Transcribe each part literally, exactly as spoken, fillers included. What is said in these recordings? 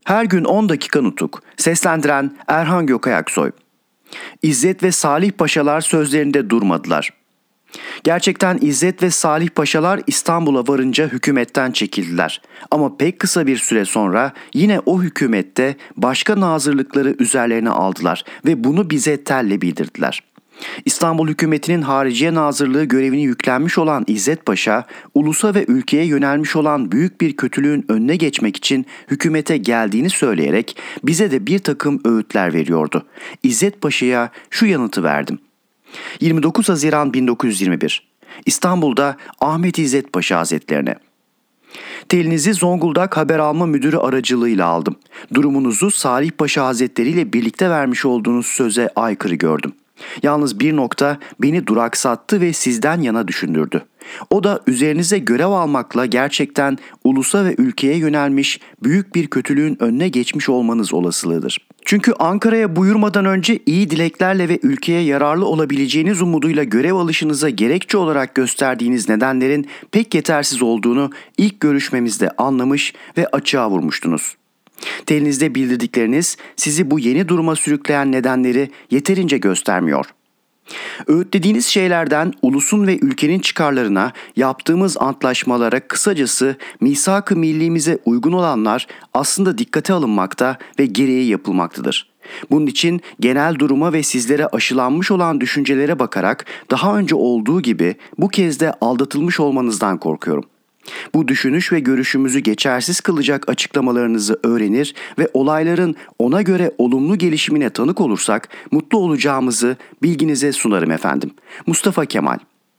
Her gün on dakika nutuk. Seslendiren Erhan Gökayaksoy. İzzet ve Salih Paşalar sözlerinde durmadılar. Gerçekten İzzet ve Salih Paşalar İstanbul'a varınca hükümetten çekildiler. Ama pek kısa bir süre sonra yine o hükümette başka nazırlıkları üzerlerine aldılar ve bunu bize telle bildirdiler. İstanbul hükümetinin Hariciye Nazırlığı görevini yüklenmiş olan İzzet Paşa, ulusa ve ülkeye yönelmiş olan büyük bir kötülüğün önüne geçmek için hükümete geldiğini söyleyerek bize de bir takım öğütler veriyordu. İzzet Paşa'ya şu yanıtı verdim. yirmi dokuz Haziran bin dokuz yüz yirmi bir İstanbul'da Ahmet İzzet Paşa Hazretlerine. Telinizi Zonguldak Haber Alma Müdürü aracılığıyla aldım. Durumunuzu Salih Paşa Hazretleri ile birlikte vermiş olduğunuz söze aykırı gördüm. Yalnız bir nokta beni duraksattı ve sizden yana düşündürdü. O da üzerinize görev almakla gerçekten ulusa ve ülkeye yönelmiş büyük bir kötülüğün önüne geçmiş olmanız olasılığıdır. Çünkü Ankara'ya buyurmadan önce iyi dileklerle ve ülkeye yararlı olabileceğiniz umuduyla görev alışınıza gerekçe olarak gösterdiğiniz nedenlerin pek yetersiz olduğunu ilk görüşmemizde anlamış ve açığa vurmuştunuz. Telinizde bildirdikleriniz sizi bu yeni duruma sürükleyen nedenleri yeterince göstermiyor. Öğütlediğiniz şeylerden ulusun ve ülkenin çıkarlarına, yaptığımız antlaşmalara, kısacası misak-ı millimize uygun olanlar aslında dikkate alınmakta ve gereği yapılmaktadır. Bunun için genel duruma ve sizlere aşılanmış olan düşüncelere bakarak daha önce olduğu gibi bu kez de aldatılmış olmanızdan korkuyorum. Bu düşünüş ve görüşümüzü geçersiz kılacak açıklamalarınızı öğrenir ve olayların ona göre olumlu gelişimine tanık olursak mutlu olacağımızı bilginize sunarım efendim. Mustafa Kemal.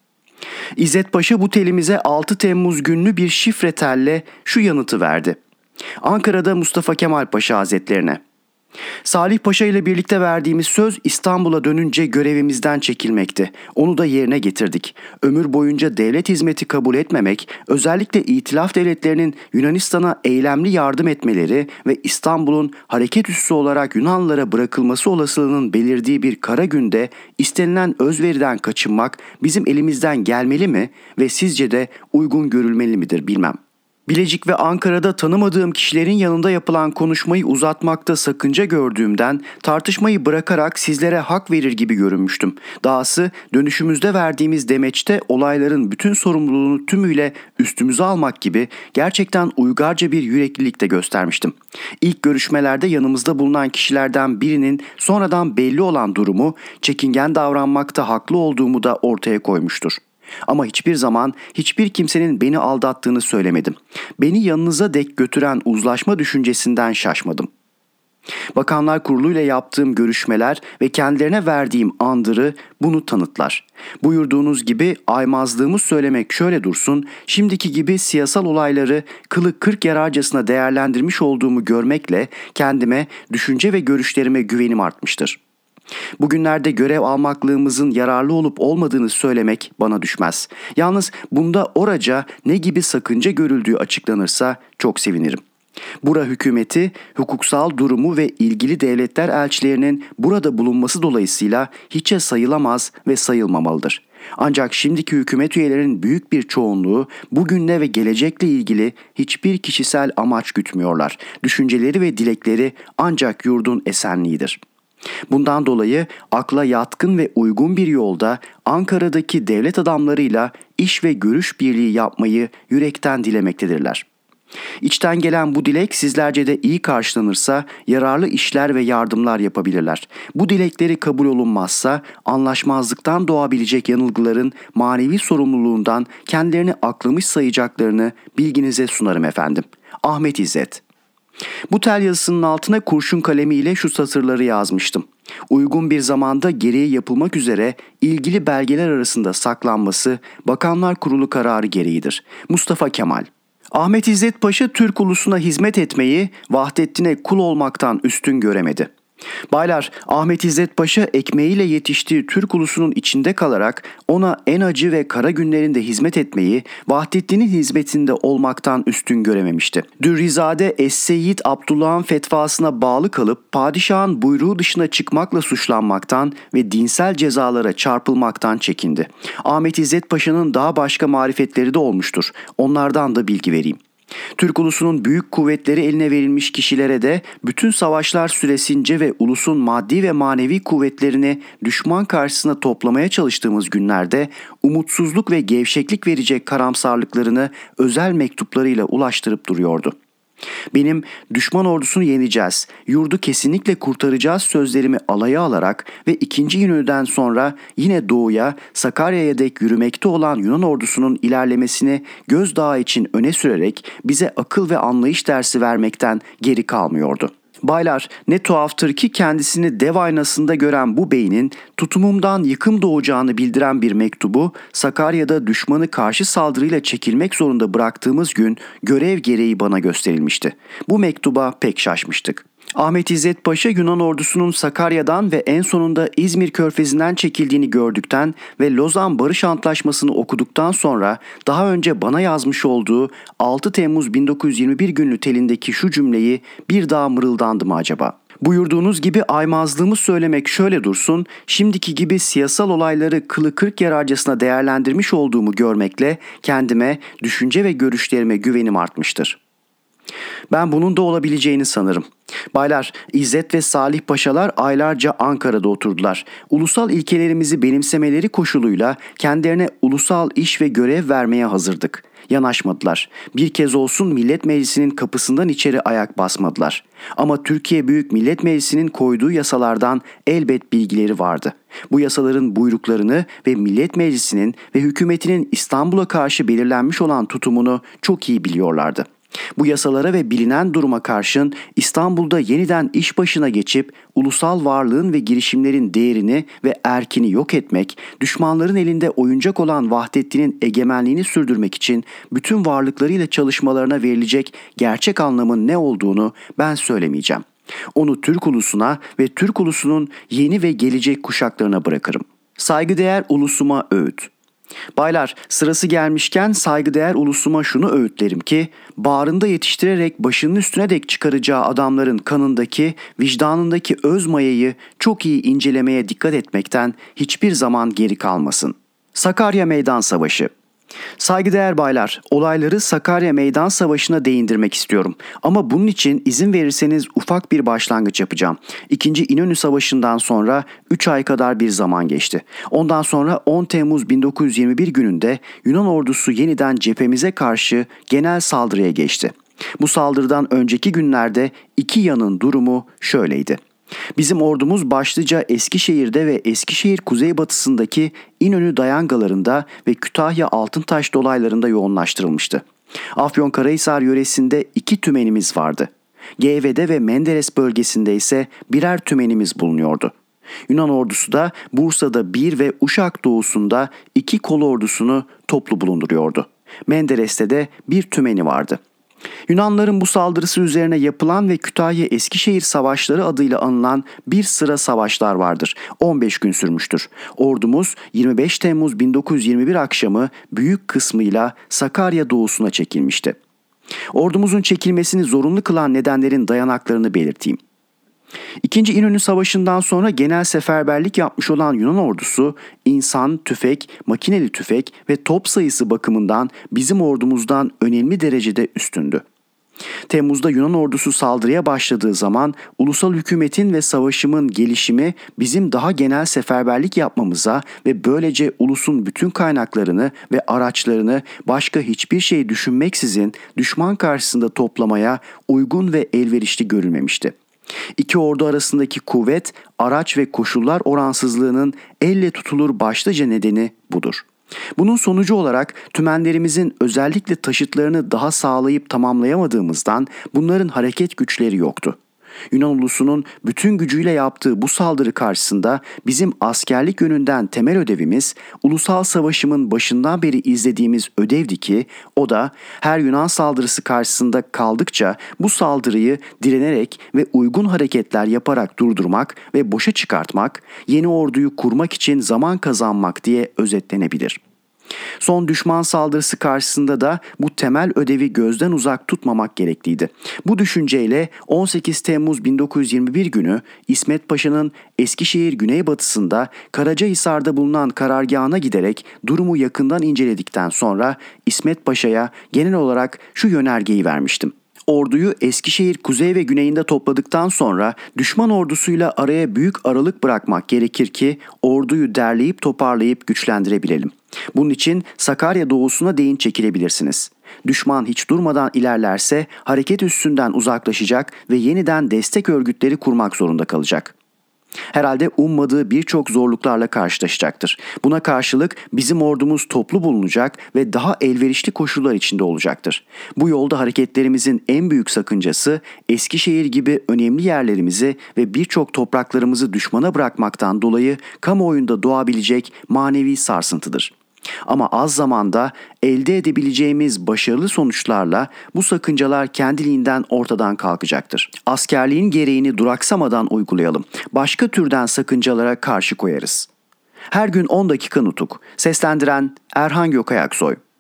İzzet Paşa bu telimize altı Temmuz günlü bir şifre telle şu yanıtı verdi. Ankara'da Mustafa Kemal Paşa Hazretlerine. Salih Paşa ile birlikte verdiğimiz söz İstanbul'a dönünce görevimizden çekilmekti. Onu da yerine getirdik. Ömür boyunca devlet hizmeti kabul etmemek, özellikle İtilaf devletlerinin Yunanistan'a eylemli yardım etmeleri ve İstanbul'un hareket üssü olarak Yunanlılara bırakılması olasılığının belirdiği bir kara günde istenilen özveriden kaçınmak bizim elimizden gelmeli mi ve sizce de uygun görülmeli midir bilmem. Bilecik ve Ankara'da tanımadığım kişilerin yanında yapılan konuşmayı uzatmakta sakınca gördüğümden tartışmayı bırakarak sizlere hak verir gibi görünmüştüm. Dahası dönüşümüzde verdiğimiz demeçte olayların bütün sorumluluğunu tümüyle üstümüze almak gibi gerçekten uygarca bir yüreklilik de göstermiştim. İlk görüşmelerde yanımızda bulunan kişilerden birinin sonradan belli olan durumu, çekingen davranmakta haklı olduğumu da ortaya koymuştur. Ama hiçbir zaman hiçbir kimsenin beni aldattığını söylemedim. Beni yanınıza dek götüren uzlaşma düşüncesinden şaşmadım. Bakanlar Kurulu ile yaptığım görüşmeler ve kendilerine verdiğim andırı bunu tanıtlar. Buyurduğunuz gibi aymazlığımı söylemek şöyle dursun, şimdiki gibi siyasal olayları kılı kırk yararcasına değerlendirmiş olduğumu görmekle kendime, düşünce ve görüşlerime güvenim artmıştır. Bugünlerde görev almaklığımızın yararlı olup olmadığını söylemek bana düşmez. Yalnız bunda oraca ne gibi sakınca görüldüğü açıklanırsa çok sevinirim. Bura hükümeti, hukuksal durumu ve ilgili devletler elçilerinin burada bulunması dolayısıyla hiçe sayılamaz ve sayılmamalıdır. Ancak şimdiki hükümet üyelerinin büyük bir çoğunluğu bugünle ve gelecekle ilgili hiçbir kişisel amaç gütmüyorlar. Düşünceleri ve dilekleri ancak yurdun esenliğidir. Bundan dolayı akla yatkın ve uygun bir yolda Ankara'daki devlet adamlarıyla iş ve görüş birliği yapmayı yürekten dilemektedirler. İçten gelen bu dilek sizlerce de iyi karşılanırsa yararlı işler ve yardımlar yapabilirler. Bu dilekleri kabul olunmazsa anlaşmazlıktan doğabilecek yanılgıların manevi sorumluluğundan kendilerini aklamış sayacaklarını bilginize sunarım efendim. Ahmet İzzet. Bu tel yazısının altına kurşun kalemiyle şu satırları yazmıştım. Uygun bir zamanda gereği yapılmak üzere ilgili belgeler arasında saklanması Bakanlar Kurulu kararı gereğidir. Mustafa Kemal. Ahmet İzzet Paşa Türk ulusuna hizmet etmeyi Vahdettin'e kul olmaktan üstün göremedi. Baylar, Ahmet İzzet Paşa ekmeğiyle yetiştiği Türk ulusunun içinde kalarak ona en acı ve kara günlerinde hizmet etmeyi Vahdettin'in hizmetinde olmaktan üstün görememişti. Dürrizade Es-Seyyid Abdullah'ın fetvasına bağlı kalıp padişahın buyruğu dışına çıkmakla suçlanmaktan ve dinsel cezalara çarpılmaktan çekindi. Ahmet İzzet Paşa'nın daha başka marifetleri de olmuştur. Onlardan da bilgi vereyim. Türk ulusunun büyük kuvvetleri eline verilmiş kişilere de bütün savaşlar süresince ve ulusun maddi ve manevi kuvvetlerini düşman karşısına toplamaya çalıştığımız günlerde umutsuzluk ve gevşeklik verecek karamsarlıklarını özel mektuplarıyla ulaştırıp duruyordu. Benim düşman ordusunu yeneceğiz, yurdu kesinlikle kurtaracağız sözlerimi alaya alarak ve ikinci İnönü'den sonra yine doğuya Sakarya'ya dek yürümekte olan Yunan ordusunun ilerlemesini gözdağı için öne sürerek bize akıl ve anlayış dersi vermekten geri kalmıyordu. Baylar, ne tuhaftır ki kendisini dev aynasında gören bu beynin tutumumdan yıkım doğacağını bildiren bir mektubu Sakarya'da düşmanı karşı saldırıyla çekilmek zorunda bıraktığımız gün görev gereği bana gösterilmişti. Bu mektuba pek şaşmıştık. Ahmet İzzet Paşa Yunan ordusunun Sakarya'dan ve en sonunda İzmir Körfezi'nden çekildiğini gördükten ve Lozan Barış Antlaşması'nı okuduktan sonra daha önce bana yazmış olduğu altı Temmuz bin dokuz yüz yirmi bir günlü telindeki şu cümleyi bir daha mırıldandı mı acaba? Buyurduğunuz gibi aymazlığımı söylemek şöyle dursun, şimdiki gibi siyasal olayları kılı kırk yararcasına değerlendirmiş olduğumu görmekle kendime, düşünce ve görüşlerime güvenim artmıştır. Ben bunun da olabileceğini sanırım. Baylar, İzzet ve Salih Paşalar aylarca Ankara'da oturdular. Ulusal ilkelerimizi benimsemeleri koşuluyla kendilerine ulusal iş ve görev vermeye hazırdık. Yanaşmadılar. Bir kez olsun Millet Meclisi'nin kapısından içeri ayak basmadılar. Ama Türkiye Büyük Millet Meclisi'nin koyduğu yasalardan elbet bilgileri vardı. Bu yasaların buyruklarını ve Millet Meclisi'nin ve hükümetinin İstanbul'a karşı belirlenmiş olan tutumunu çok iyi biliyorlardı. Bu yasalara ve bilinen duruma karşın İstanbul'da yeniden iş başına geçip ulusal varlığın ve girişimlerin değerini ve erkini yok etmek, düşmanların elinde oyuncak olan Vahdettin'in egemenliğini sürdürmek için bütün varlıklarıyla çalışmalarına verilecek gerçek anlamın ne olduğunu ben söylemeyeceğim. Onu Türk ulusuna ve Türk ulusunun yeni ve gelecek kuşaklarına bırakırım. Saygıdeğer ulusuma öğüt. Baylar, sırası gelmişken saygıdeğer ulusuma şunu öğütlerim ki, bağrında yetiştirerek başının üstüne dek çıkaracağı adamların kanındaki, vicdanındaki öz mayayı çok iyi incelemeye dikkat etmekten hiçbir zaman geri kalmasın. Sakarya Meydan Savaşı. Saygıdeğer baylar, olayları Sakarya Meydan Savaşı'na değindirmek istiyorum. Ama bunun için izin verirseniz ufak bir başlangıç yapacağım. İkinci İnönü Savaşı'ndan sonra üç ay kadar bir zaman geçti. Ondan sonra on Temmuz bin dokuz yüz yirmi bir gününde Yunan ordusu yeniden cephemize karşı genel saldırıya geçti. Bu saldırıdan önceki günlerde iki yanın durumu şöyleydi. Bizim ordumuz başlıca Eskişehir'de ve Eskişehir kuzeybatısındaki İnönü dayangalarında ve Kütahya Altıntaş dolaylarında yoğunlaştırılmıştı. Afyonkarahisar yöresinde iki tümenimiz vardı. Geyve'de ve Menderes bölgesinde ise birer tümenimiz bulunuyordu. Yunan ordusu da Bursa'da bir ve Uşak doğusunda iki kol ordusunu toplu bulunduruyordu. Menderes'te de bir tümeni vardı. Yunanların bu saldırısı üzerine yapılan ve Kütahya-Eskişehir Savaşları adıyla anılan bir sıra savaşlar vardır. on beş gün sürmüştür. Ordumuz yirmi beş Temmuz bin dokuz yüz yirmi bir akşamı büyük kısmıyla Sakarya doğusuna çekilmişti. Ordumuzun çekilmesini zorunlu kılan nedenlerin dayanaklarını belirteyim. İkinci İnönü Savaşı'ndan sonra genel seferberlik yapmış olan Yunan ordusu insan, tüfek, makineli tüfek ve top sayısı bakımından bizim ordumuzdan önemli derecede üstündü. Temmuz'da Yunan ordusu saldırıya başladığı zaman ulusal hükümetin ve savaşımın gelişimi bizim daha genel seferberlik yapmamıza ve böylece ulusun bütün kaynaklarını ve araçlarını başka hiçbir şey düşünmeksizin düşman karşısında toplamaya uygun ve elverişli görülmemişti. İki ordu arasındaki kuvvet, araç ve koşullar oransızlığının elle tutulur başlıca nedeni budur. Bunun sonucu olarak tümenlerimizin özellikle taşıtlarını daha sağlayıp tamamlayamadığımızdan bunların hareket güçleri yoktu. Yunan ulusunun bütün gücüyle yaptığı bu saldırı karşısında bizim askerlik yönünden temel ödevimiz ulusal savaşımın başından beri izlediğimiz ödevdi ki o da her Yunan saldırısı karşısında kaldıkça bu saldırıyı direnerek ve uygun hareketler yaparak durdurmak ve boşa çıkartmak, yeni orduyu kurmak için zaman kazanmak diye özetlenebilir. Son düşman saldırısı karşısında da bu temel ödevi gözden uzak tutmamak gerekliydi. Bu düşünceyle on sekiz Temmuz bin dokuz yüz yirmi bir günü İsmet Paşa'nın Eskişehir güneybatısında Karacahisar'da bulunan karargahına giderek durumu yakından inceledikten sonra İsmet Paşa'ya genel olarak şu yönergeyi vermiştim. Orduyu Eskişehir kuzey ve güneyinde topladıktan sonra düşman ordusuyla araya büyük aralık bırakmak gerekir ki orduyu derleyip toparlayıp güçlendirebilelim. Bunun için Sakarya doğusuna değin çekilebilirsiniz. Düşman hiç durmadan ilerlerse hareket üssünden uzaklaşacak ve yeniden destek örgütleri kurmak zorunda kalacak. Herhalde ummadığı birçok zorluklarla karşılaşacaktır. Buna karşılık bizim ordumuz toplu bulunacak ve daha elverişli koşullar içinde olacaktır. Bu yolda hareketlerimizin en büyük sakıncası Eskişehir gibi önemli yerlerimizi ve birçok topraklarımızı düşmana bırakmaktan dolayı kamuoyunda doğabilecek manevi sarsıntıdır. Ama az zamanda elde edebileceğimiz başarılı sonuçlarla bu sakıncalar kendiliğinden ortadan kalkacaktır. Askerliğin gereğini duraksamadan uygulayalım. Başka türden sakıncalara karşı koyarız. Her gün on dakika nutuk. Seslendiren Erhan Gökayaksoy.